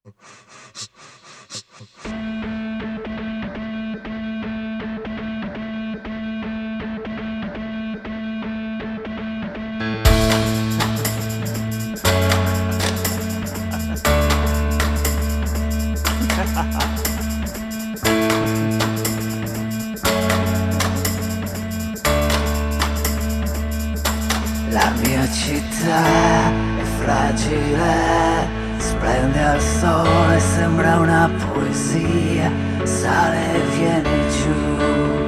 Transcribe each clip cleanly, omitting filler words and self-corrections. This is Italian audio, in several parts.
La mia città è fragile, splende al sole, sembra una poesia, sale e viene giù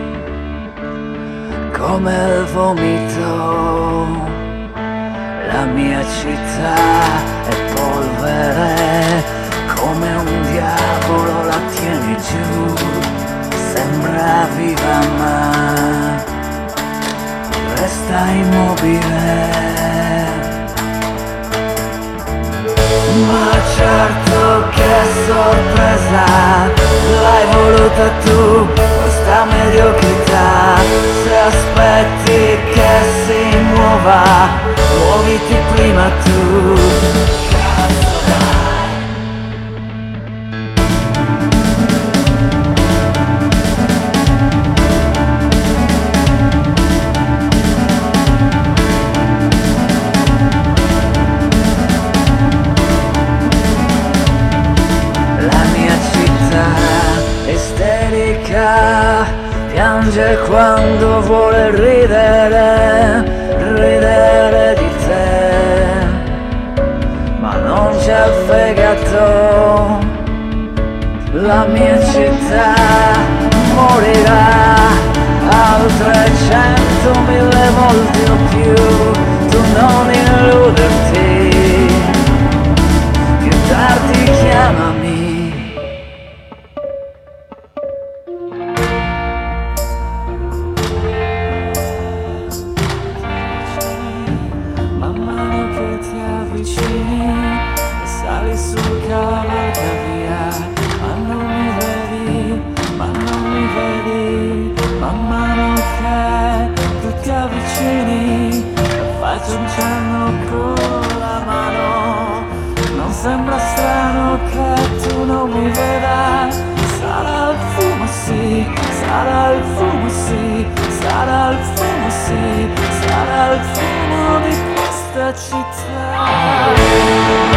come il vomito. La mia città è polvere, come un diavolo la tiene giù, sembra viva ma resta immobile. Ma certo che sorpresa, l'hai voluta tu, questa mediocrità. Se aspetti che si muova, muoviti prima tu. Cazzo dai. Piange quando vuole ridere, ridere di te, ma non c'è il fegato. La mia città morirà altre 100.000 volte o più. Tu non illuderti, più tardi chiamami. Sali sul cavalcavia, ma non mi vedi, ma non mi vedi. Man mano che tu ti avvicini, faccio un cenno con la mano. Non sembra strano che tu non mi veda. Sarà il fumo sì, sarà il fumo sì, sarà il fumo sì, sarà il fumo di questa città.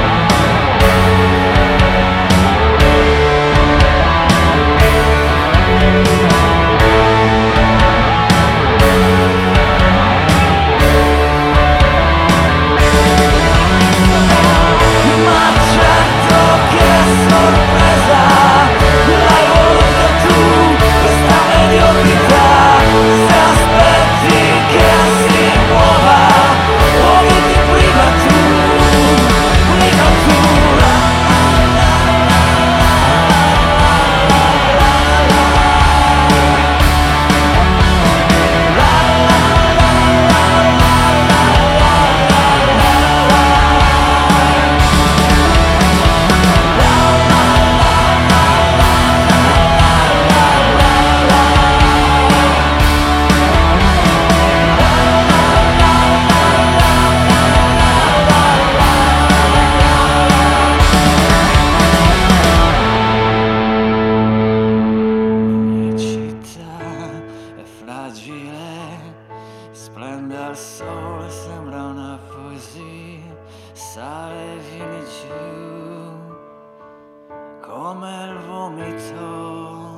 Splende al sole, sembra una poesia, sale e viene giù come il vomito.